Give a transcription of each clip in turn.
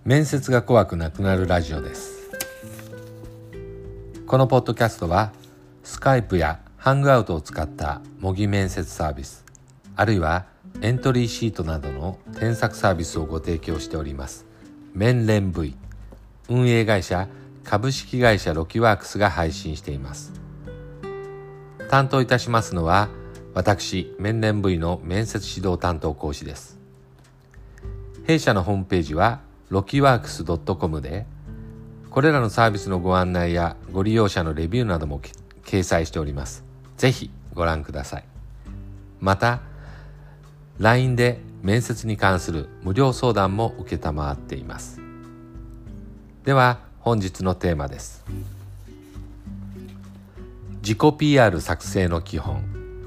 面接が怖くなくなるラジオです。このポッドキャストはスカイプやハングアウトを使った模擬面接サービス、あるいはエントリーシートなどの添削サービスをご提供しております面連 V、 運営会社株式会社ロキワークスが配信しています。担当いたしますのは私面連 V の面接指導担当講師です。弊社のホームページはロキワークス .com で、これらのサービスのご案内やご利用者のレビューなども掲載しております。ぜひご覧ください。また LINE で面接に関する無料相談も承っています。では本日のテーマです。自己 PR 作成の基本。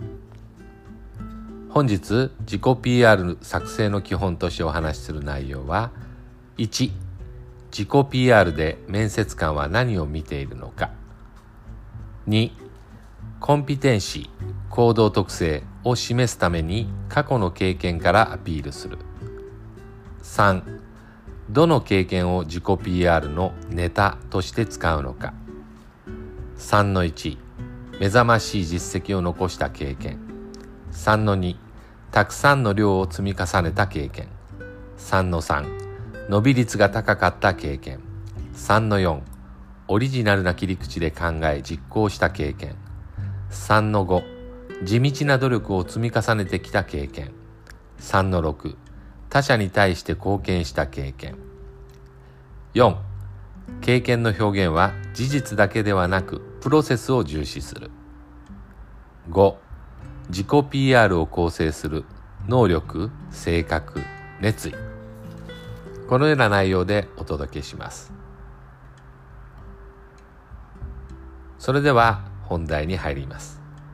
本日自己 PR 作成の基本としてお話しする内容は、1、自己 PR で面接官は何を見ているのか。2、コンピテンシー、行動特性を示すために過去の経験からアピールする。3、どの経験を自己 PR のネタとして使うのか。3-1、目覚ましい実績を残した経験。3-2、たくさんの量を積み重ねた経験。3-3、伸び率が高かった経験。3-4、オリジナルな切り口で考え実行した経験。3-5、地道な努力を積み重ねてきた経験。3-6、他者に対して貢献した経験。4、経験の表現は事実だけではなくプロセスを重視する。5、自己 PR を構成する能力、性格、熱意。このような内容でお届けします。それでは本題に入ります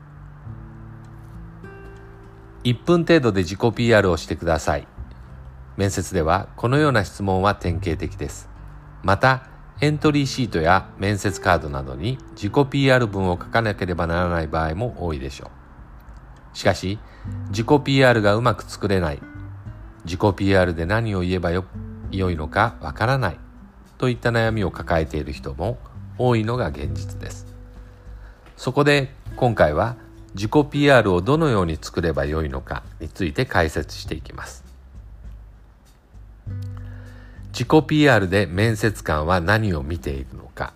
。1分程度で自己 PR をしてください。面接ではこのような質問は典型的です。また、エントリーシートや面接カードなどに自己 PR 文を書かなければならない場合も多いでしょう。しかし、自己 PR がうまく作れない、自己 PR で何を言えば良いのかわからないといった悩みを抱えている人も多いのが現実です。そこで今回は自己 PR をどのように作ればよいのかについて解説していきます。自己 PR で面接官は何を見ているのか。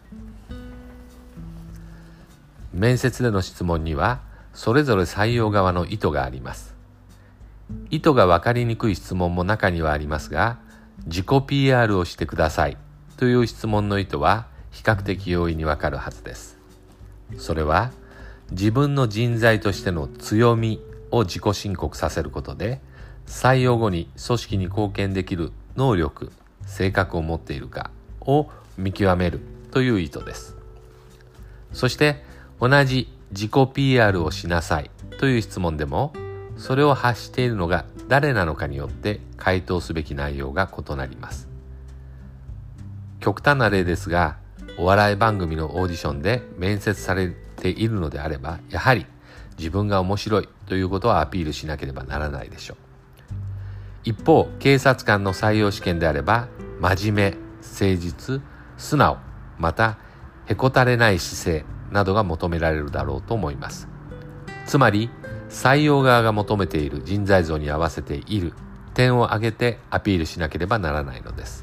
面接での質問にはそれぞれ採用側の意図があります。意図が分かりにくい質問も中にはありますが、自己 PR をしてくださいという質問の意図は比較的容易にわかるはずです。それは自分の人材としての強みを自己申告させることで、採用後に組織に貢献できる能力、性格を持っているかを見極めるという意図です。そして同じ自己 PR をしなさいという質問でも、それを発しているのが誰なのかによって回答すべき内容が異なります。極端な例ですが、お笑い番組のオーディションで面接されているのであれば、やはり自分が面白いということをアピールしなければならないでしょう。一方、警察官の採用試験であれば、真面目、誠実、素直、またへこたれない姿勢などが求められるだろうと思います。つまり採用側が求めている人材像に合わせている点を挙げてアピールしなければならないのです。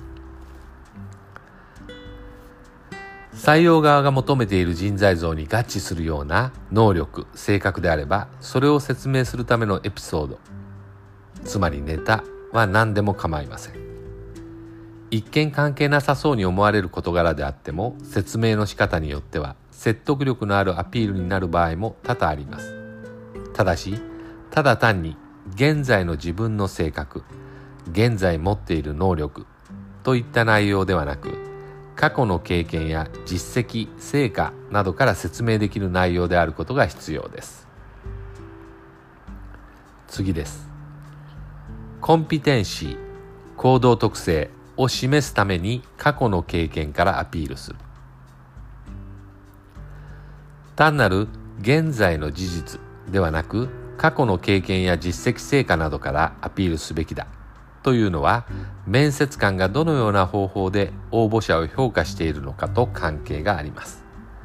採用側が求めている人材像に合致するような能力、性格であれば、それを説明するためのエピソード、つまりネタは何でも構いません。一見関係なさそうに思われる事柄であっても、説明の仕方によっては説得力のあるアピールになる場合も多々あります。ただし、ただ単に現在の自分の性格、現在持っている能力といった内容ではなく、過去の経験や実績、成果などから説明できる内容であることが必要です。次です。コンピテンシー、行動特性を示すために過去の経験からアピールする。単なる現在の事実ではなく、過去の経験や実績成果などからアピールすべきだというのは、面接官がどのような方法で応募者を評価しているのかと関係があります。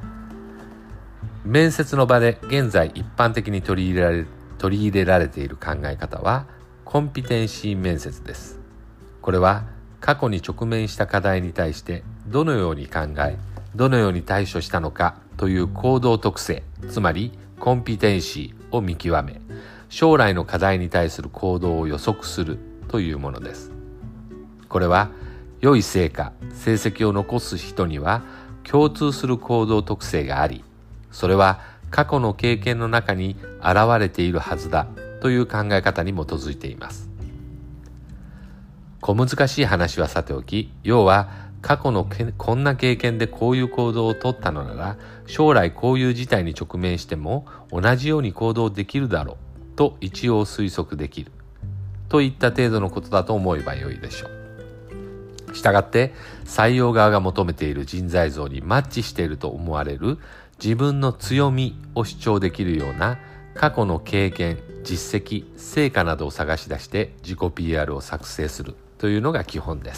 面接の場で現在一般的に取り入れられている考え方はコンピテンシー面接です。これは過去に直面した課題に対してどのように考え、どのように対処したのかという行動特性、つまりコンピテンシーを見極め、将来の課題に対する行動を予測するというものです。これは良い成果、成績を残す人には共通する行動特性があり、それは過去の経験の中に現れているはずだという考え方に基づいています。小難しい話はさておき、要は過去のこんな経験でこういう行動を取ったのなら、将来こういう事態に直面しても同じように行動できるだろうと一応推測できるといった程度のことだと思えばよいでしょう。したがって採用側が求めている人材像にマッチしていると思われる自分の強みを主張できるような過去の経験、実績、成果などを探し出して自己 PR を作成するというのが基本です。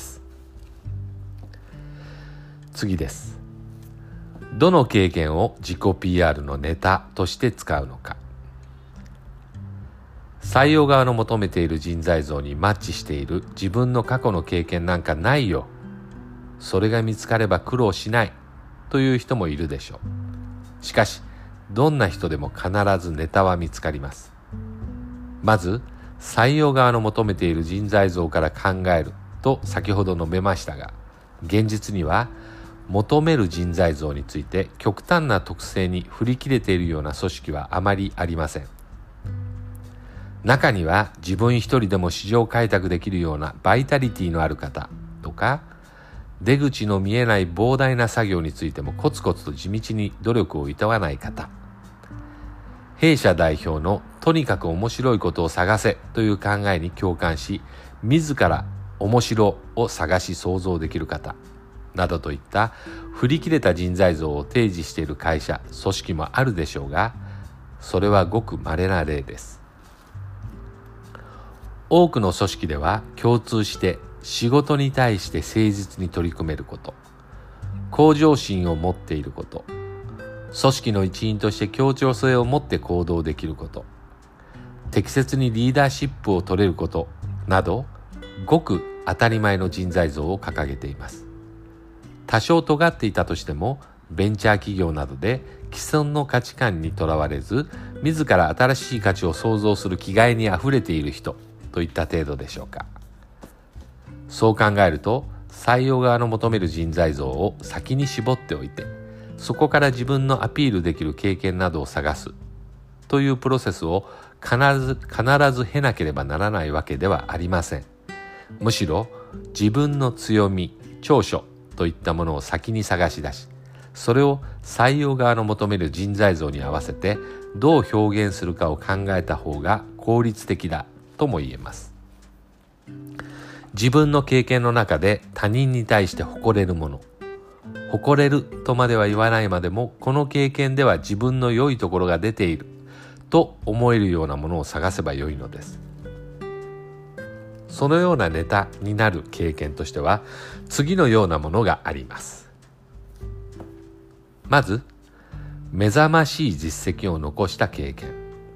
次です。どの経験を自己 PR のネタとして使うのか。採用側の求めている人材像にマッチしている自分の過去の経験なんかないよ。それが見つかれば苦労しないという人もいるでしょう。しかし、どんな人でも必ずネタは見つかります。まず、採用側の求めている人材像から考えると先ほど述べましたが、現実には求める人材像について極端な特性に振り切れているような組織はあまりありません。中には自分一人でも市場開拓できるようなバイタリティのある方とか、出口の見えない膨大な作業についてもコツコツと地道に努力をいとわない方、弊社代表のとにかく面白いことを探せという考えに共感し、自ら面白を探し想像できる方などといった振り切れた人材像を提示している会社、組織もあるでしょうが、それはごく稀な例です。多くの組織では共通して仕事に対して誠実に取り組めること、向上心を持っていること、組織の一員として協調性を持って行動できること、適切にリーダーシップを取れることなど、ごく当たり前の人材像を掲げています。多少尖っていたとしても、ベンチャー企業などで既存の価値観にとらわれず、自ら新しい価値を創造する気概にあふれている人といった程度でしょうか。そう考えると、採用側の求める人材像を先に絞っておいて、そこから自分のアピールできる経験などを探すというプロセスを必ず経なければならないわけではありません。むしろ自分の強み、長所といったものを先に探し出し、それを採用側の求める人材像に合わせてどう表現するかを考えた方が効率的だとも言えます。自分の経験の中で他人に対して誇れるもの、誇れるとまでは言わないまでも、この経験では自分の良いところが出ていると思えるようなものを探せばよいのです。そのようなネタになる経験としては、次のようなものがあります。まず、目覚ましい実績を残した経験。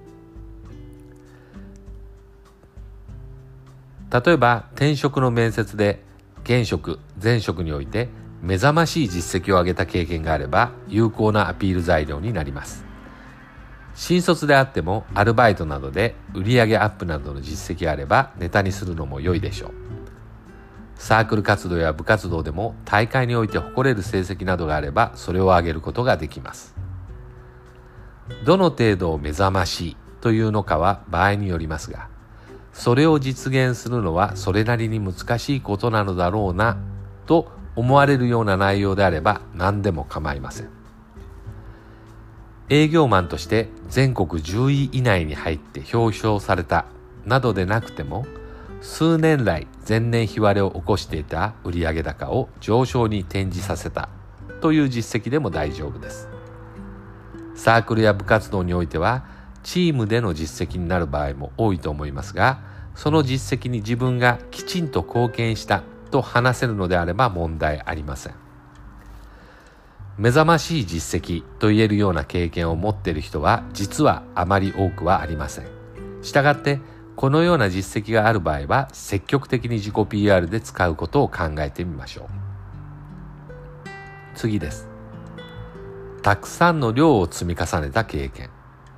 例えば、転職の面接で現職、前職において目覚ましい実績を上げた経験があれば、有効なアピール材料になります。新卒であってもアルバイトなどで売上アップなどの実績があればネタにするのも良いでしょう。サークル活動や部活動でも大会において誇れる成績などがあれば、それを上げることができます。どの程度を目覚ましいというのかは場合によりますが、それを実現するのはそれなりに難しいことなのだろうなと思われるような内容であれば何でも構いません。営業マンとして全国10位以内に入って表彰されたなどでなくても、数年来前年比割れを起こしていた売上高を上昇に転じさせたという実績でも大丈夫です。サークルや部活動においてはチームでの実績になる場合も多いと思いますが、 その実績に自分がきちんと貢献したと話せるのであれば問題ありません。目覚ましい実績と言えるような経験を持っている人は実はあまり多くはありません。したがってこのような実績がある場合は積極的に自己 PR で使うことを考えてみましょう。次です。たくさんの量を積み重ねた経験。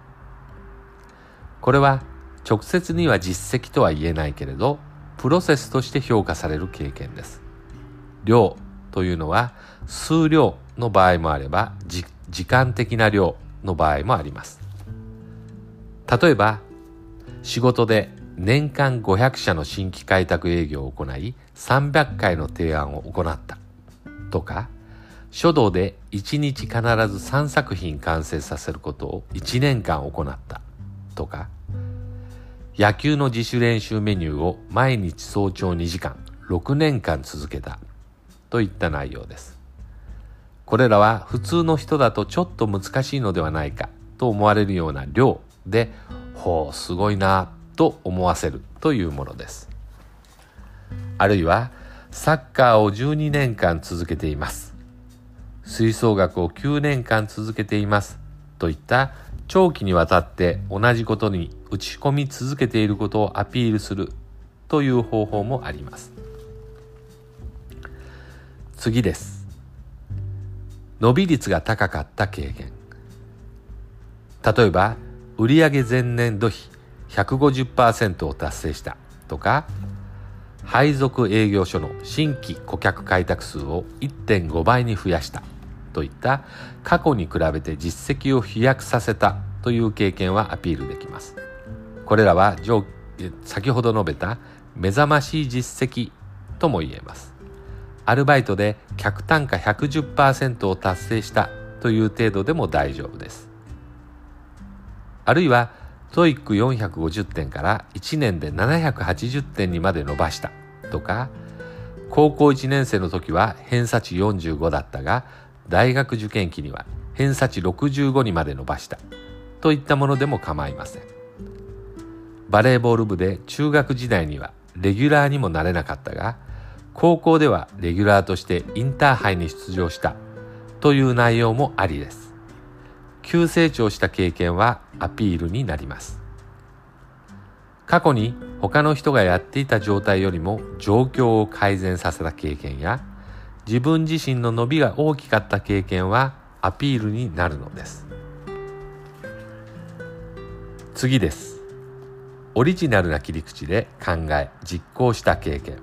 これは直接には実績とは言えないけれど、プロセスとして評価される経験です。量というのは数量の場合もあれば、時間的な量の場合もあります。例えば、仕事で年間500社の新規開拓営業を行い、300回の提案を行ったとか、書道で1日必ず3作品完成させることを1年間行ったとか、野球の自主練習メニューを毎日早朝2時間6年間続けたといった内容です。これらは普通の人だとちょっと難しいのではないかと思われるような量で、ほうすごいなと思わせるというものです。あるいはサッカーを12年間続けています、吹奏楽を9年間続けていますといった長期にわたって同じことに打ち込み続けていることをアピールするという方法もあります。次です。伸び率が高かった経験。例えば売上前年度比 150% を達成したとか、配属営業所の新規顧客開拓数を 1.5 倍に増やしたといった過去に比べて実績を飛躍させたという経験はアピールできます。これらは先ほど述べた目覚ましい実績とも言えます。アルバイトで客単価 110% を達成したという程度でも大丈夫です。あるいはTOEIC450 点から1年で780点にまで伸ばしたとか、高校1年生の時は偏差値45だったが大学受験期には偏差値65にまで伸ばしたといったものでも構いません。バレーボール部で中学時代にはレギュラーにもなれなかったが、高校ではレギュラーとしてインターハイに出場したという内容もありです。急成長した経験はアピールになります。過去に他の人がやっていた状態よりも状況を改善させた経験や、自分自身の伸びが大きかった経験はアピールになるのです。次です。オリジナルな切り口で考え実行した経験。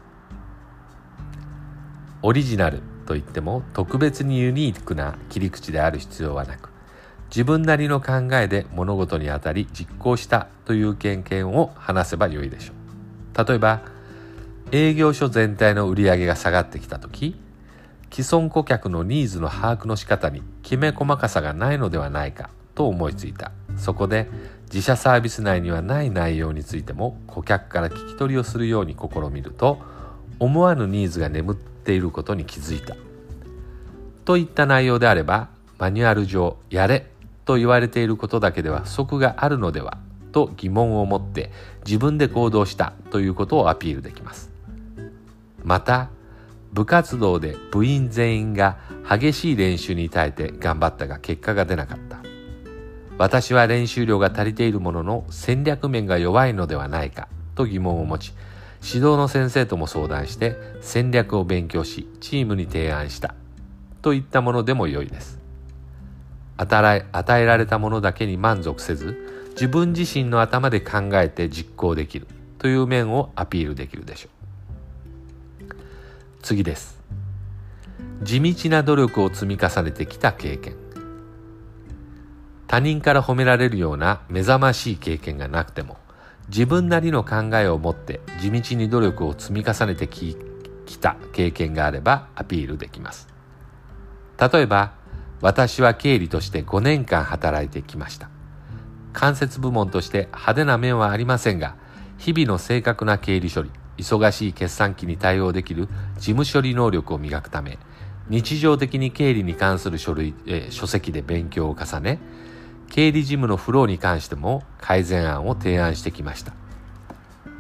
オリジナルといっても特別にユニークな切り口である必要はなく、自分なりの考えで物事にあたり実行したという経験を話せばよいでしょう。例えば営業所全体の売り上げが下がってきたとき、既存顧客のニーズの把握の仕方にきめ細かさがないのではないかと思いついた。そこで自社サービス内にはない内容についても顧客から聞き取りをするように試みると、思わぬニーズが眠っていることに気づいたといった内容であれば、マニュアル上やれと言われていることだけでは不足があるのではと疑問を持って自分で行動したということをアピールできます。また部活動で部員全員が激しい練習に耐えて頑張ったが結果が出なかった。私は練習量が足りているものの戦略面が弱いのではないかと疑問を持ち、指導の先生とも相談して戦略を勉強しチームに提案したといったものでも良いです。与えられたものだけに満足せず、自分自身の頭で考えて実行できるという面をアピールできるでしょう。次です。地道な努力を積み重ねてきた経験。他人から褒められるような目覚ましい経験がなくても、自分なりの考えを持って地道に努力を積み重ねてきた経験があればアピールできます。例えば、私は経理として5年間働いてきました。間接部門として派手な面はありませんが、日々の正確な経理処理、忙しい決算期に対応できる事務処理能力を磨くため、日常的に経理に関する書籍で勉強を重ね、経理事務のフローに関しても改善案を提案してきました。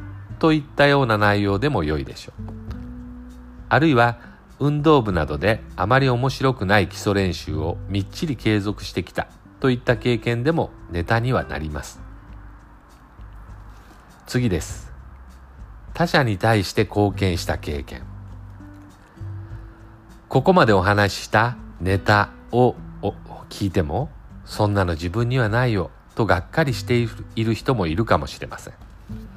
といったような内容でも良いでしょう。あるいは運動部などであまり面白くない基礎練習をみっちり継続してきたといった経験でもネタにはなります。次です。他者に対して貢献した経験。ここまでお話ししたネタを聞いても、そんなの自分にはないよとがっかりしている人もいるかもしれません。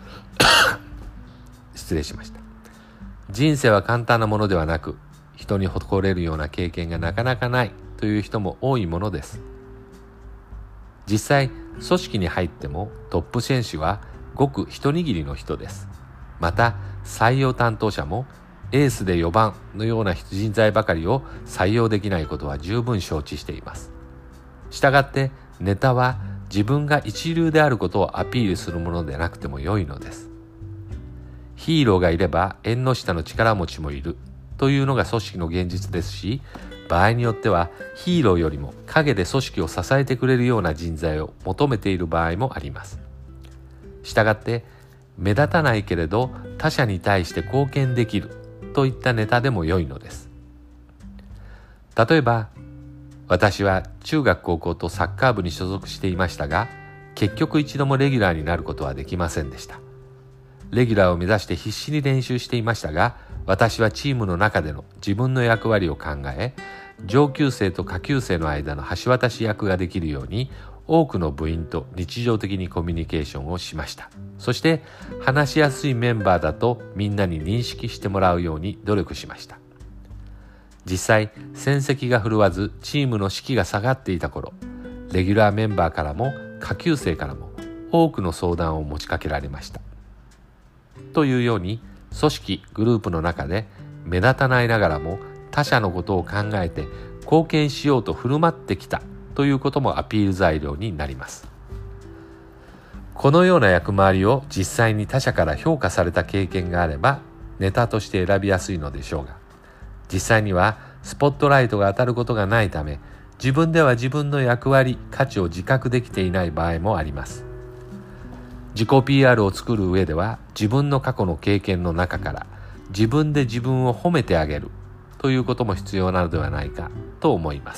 失礼しました。人生は簡単なものではなく、人に誇れるような経験がなかなかないという人も多いものです。実際、組織に入ってもトップ選手はごく一握りの人です。また、採用担当者もエースで4番のような人材ばかりを採用できないことは十分承知しています。したがって、ネタは自分が一流であることをアピールするものでなくても良いのです。ヒーローがいれば縁の下の力持ちもいるというのが組織の現実ですし、場合によってはヒーローよりも陰で組織を支えてくれるような人材を求めている場合もあります。したがって目立たないけれど他者に対して貢献できるといったネタでも良いのです。例えば、私は中学高校とサッカー部に所属していましたが、結局一度もレギュラーになることはできませんでした。レギュラーを目指して必死に練習していましたが、私はチームの中での自分の役割を考え、上級生と下級生の間の橋渡し役ができるように、多くの部員と日常的にコミュニケーションをしました。そして話しやすいメンバーだとみんなに認識してもらうように努力しました。実際、戦績が振るわずチームの士気が下がっていた頃、レギュラーメンバーからも下級生からも多くの相談を持ちかけられました。というように、組織・グループの中で目立たないながらも他者のことを考えて貢献しようと振る舞ってきたということもアピール材料になります。このような役回りを実際に他者から評価された経験があればネタとして選びやすいのでしょうが、実際にはスポットライトが当たることがないため、自分では自分の役割・価値を自覚できていない場合もあります。自己 PR を作る上では、自分の過去の経験の中から自分で自分を褒めてあげるということも必要なのではないかと思います。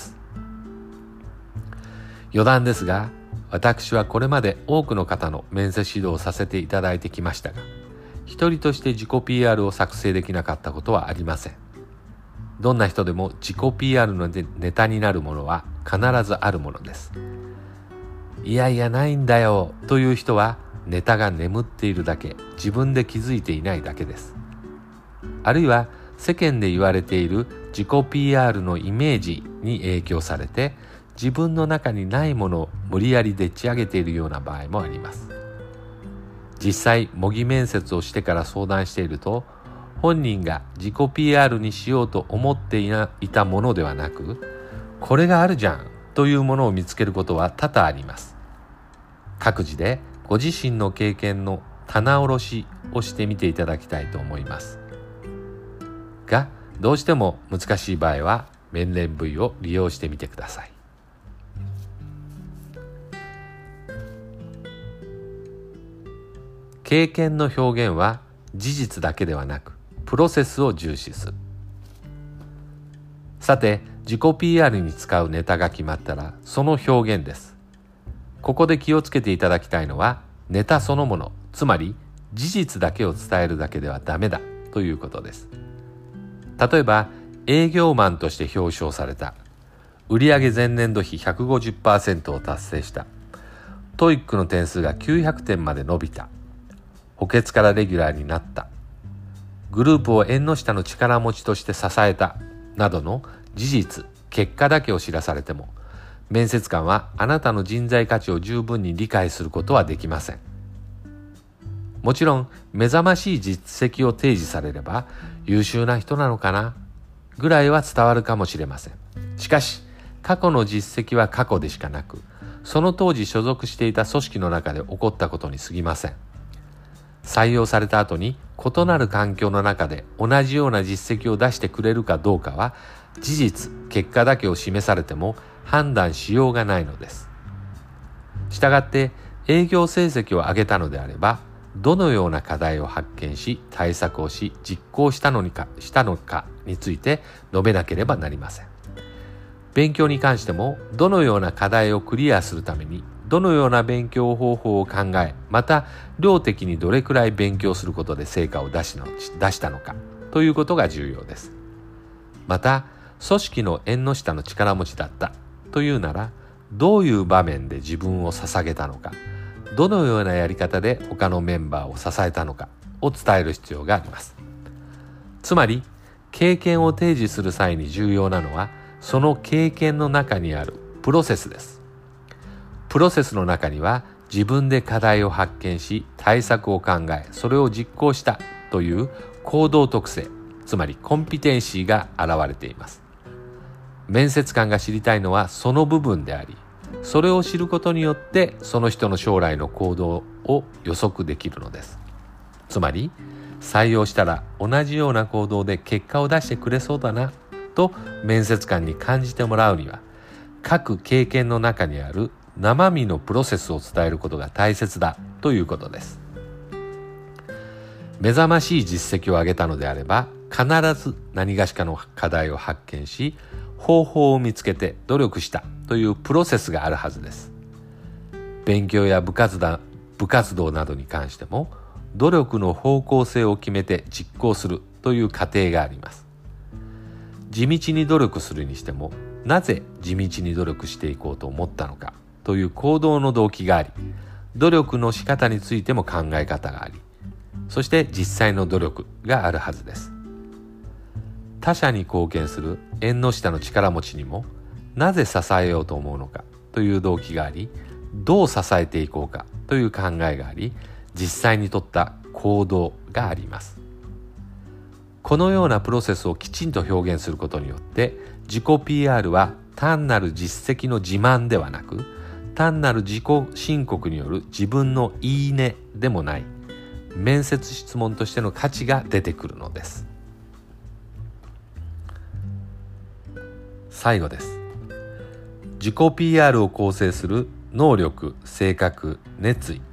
余談ですが、私はこれまで多くの方の面接指導をさせていただいてきましたが、一人として自己 PR を作成できなかったことはありません。どんな人でも自己 PR のネタになるものは必ずあるものです。いやいやないんだよという人はネタが眠っているだけ、自分で気づいていないだけです。あるいは世間で言われている自己 PR のイメージに影響されて、自分の中にないものを無理やりでっち上げているような場合もあります。実際模擬面接をしてから相談していると、本人が自己 PR にしようと思っていたものではなく、これがあるじゃんというものを見つけることは多々あります。各自でご自身の経験の棚卸しをしてみていただきたいと思います。が、どうしても難しい場合は面連 V を利用してみてください。経験の表現は事実だけではなく、プロセスを重視する。さて、自己 PR に使うネタが決まったら、その表現です。ここで気をつけていただきたいのは、ネタそのもの、つまり事実だけを伝えるだけではダメだということです。例えば、営業マンとして表彰された、売上前年度比 150% を達成した、トイックの点数が900点まで伸びた、補欠からレギュラーになった、グループを縁の下の力持ちとして支えたなどの事実、結果だけを知らされても、面接官はあなたの人材価値を十分に理解することはできません。もちろん目覚ましい実績を提示されれば、優秀な人なのかなぐらいは伝わるかもしれません。しかし過去の実績は過去でしかなく、その当時所属していた組織の中で起こったことに過ぎません。採用された後に異なる環境の中で同じような実績を出してくれるかどうかは、事実、結果だけを示されても判断しようがないのです。したがって営業成績を上げたのであれば、 どのような課題を発見し対策をし実行したのかについて述べなければなりません。勉強に関してもどのような課題をクリアするためにどのような勉強方法を考え、また量的にどれくらい勉強することで成果を出したのかということが重要です。また組織の縁の下の力持ちだったというなら、どういう場面で自分を捧げたのか、どのようなやり方で他のメンバーを支えたのかを伝える必要があります。つまり経験を提示する際に重要なのは、その経験の中にあるプロセスです。プロセスの中には自分で課題を発見し対策を考え、それを実行したという行動特性、つまりコンピテンシーが現れています。面接官が知りたいのはその部分であり、それを知ることによってその人の将来の行動を予測できるのです。つまり採用したら同じような行動で結果を出してくれそうだなと面接官に感じてもらうには、各経験の中にある生身のプロセスを伝えることが大切だということです。目覚ましい実績を上げたのであれば、必ず何がしかの課題を発見し、方法を見つけて努力したというプロセスがあるはずです。勉強や部活動などに関しても、努力の方向性を決めて実行するという過程があります。地道に努力するにしても、なぜ地道に努力していこうと思ったのかという行動の動機があり、努力の仕方についても考え方があり、そして実際の努力があるはずです。他者に貢献する縁の下の力持ちにも、なぜ支えようと思うのかという動機があり、どう支えていこうかという考えがあり、実際に取った行動があります。このようなプロセスをきちんと表現することによって、自己 PR は単なる実績の自慢ではなく、単なる自己申告による自分のいいねでもない、面接質問としての価値が出てくるのです。最後です。自己 PR を構成する能力、性格、熱意。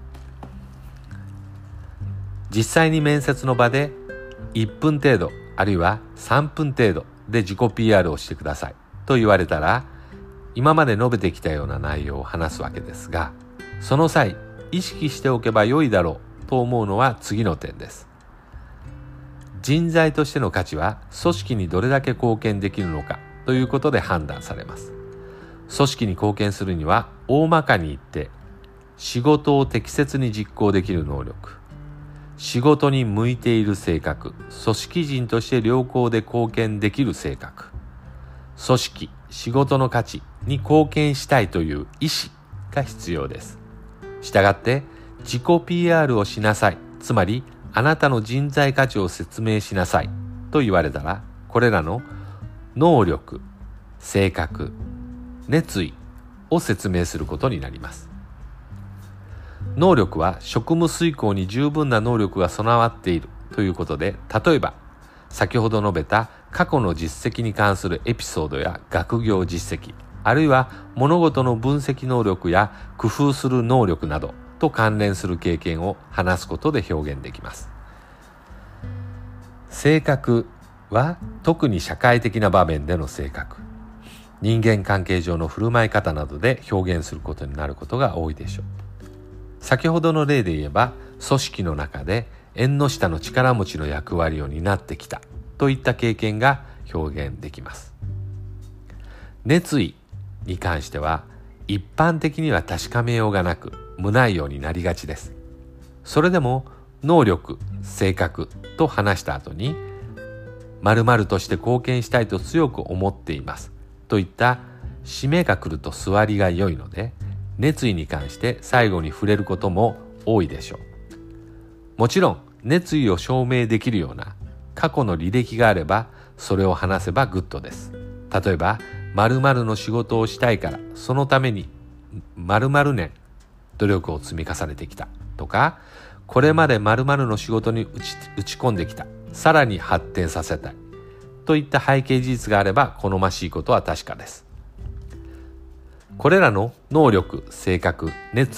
実際に面接の場で1分程度あるいは3分程度で自己 PR をしてくださいと言われたら、今まで述べてきたような内容を話すわけですが、その際意識しておけば良いだろうと思うのは次の点です。人材としての価値は組織にどれだけ貢献できるのかということで判断されます。組織に貢献するには大まかに言って、仕事を適切に実行できる能力、仕事に向いている性格、組織人として良好で貢献できる性格、組織、仕事の価値に貢献したいという意思が必要です。したがって自己 PR をしなさい、つまりあなたの人材価値を説明しなさいと言われたら、これらの能力、性格、熱意を説明することになります。能力は職務遂行に十分な能力が備わっているということで、例えば先ほど述べた過去の実績に関するエピソードや学業実績、あるいは物事の分析能力や工夫する能力などと関連する経験を話すことで表現できます。性格は特に社会的な場面での性格、人間関係上の振る舞い方などで表現することになることが多いでしょう。先ほどの例で言えば、組織の中で縁の下の力持ちの役割を担ってきたといった経験が表現できます。熱意に関しては一般的には確かめようがなく無内容になりがちです。それでも能力、性格と話した後に、〇〇として貢献したいと強く思っていますといった締めが来ると座りが良いので、熱意に関して最後に触れることも多いでしょう。もちろん熱意を証明できるような過去の履歴があれば、それを話せばグッドです。例えば〇〇の仕事をしたいから、そのために〇〇年努力を積み重ねてきたとか、これまで〇〇の仕事に打ち込んできた、さらに発展させたいといった背景事実があれば好ましいことは確かです。これらの能力、性格、熱意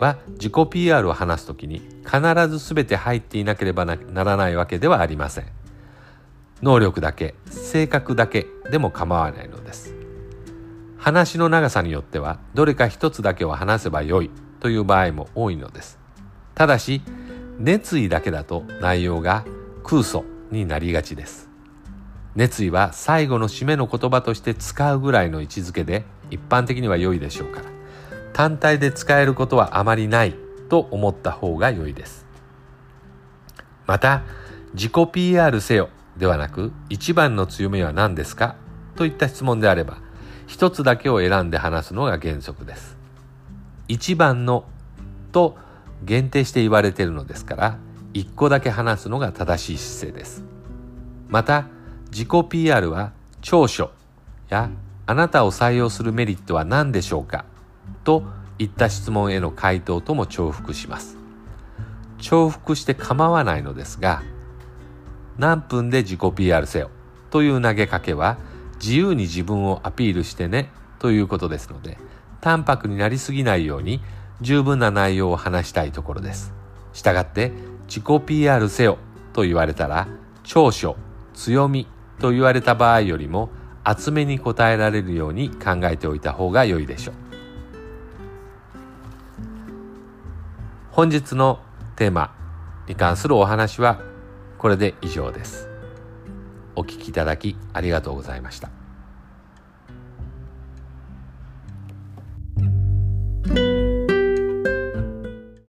は自己 PR を話すときに必ず全て入っていなければならないわけではありません。能力だけ、性格だけでも構わないのです。話の長さによってはどれか一つだけを話せばよいという場合も多いのです。ただし熱意だけだと内容が空想になりがちです。熱意は最後の締めの言葉として使うぐらいの位置づけで一般的には良いでしょうから、単体で使えることはあまりないと思った方が良いです。また、自己 PR せよではなく、一番の強みは何ですかといった質問であれば、一つだけを選んで話すのが原則です。一番のと限定して言われているのですから、一個だけ話すのが正しい姿勢です。また、自己 PR は長所やあなたを採用するメリットは何でしょうかといった質問への回答とも重複します。重複して構わないのですが、何分で自己 PR せよという投げかけは自由に自分をアピールしてねということですので、淡白になりすぎないように十分な内容を話したいところです。したがって自己 PR せよと言われたら、長所、強みと言われた場合よりも厚めに答えられるように考えておいた方が良いでしょう。本日のテーマに関するお話はこれで以上です。お聞きいただきありがとうございました。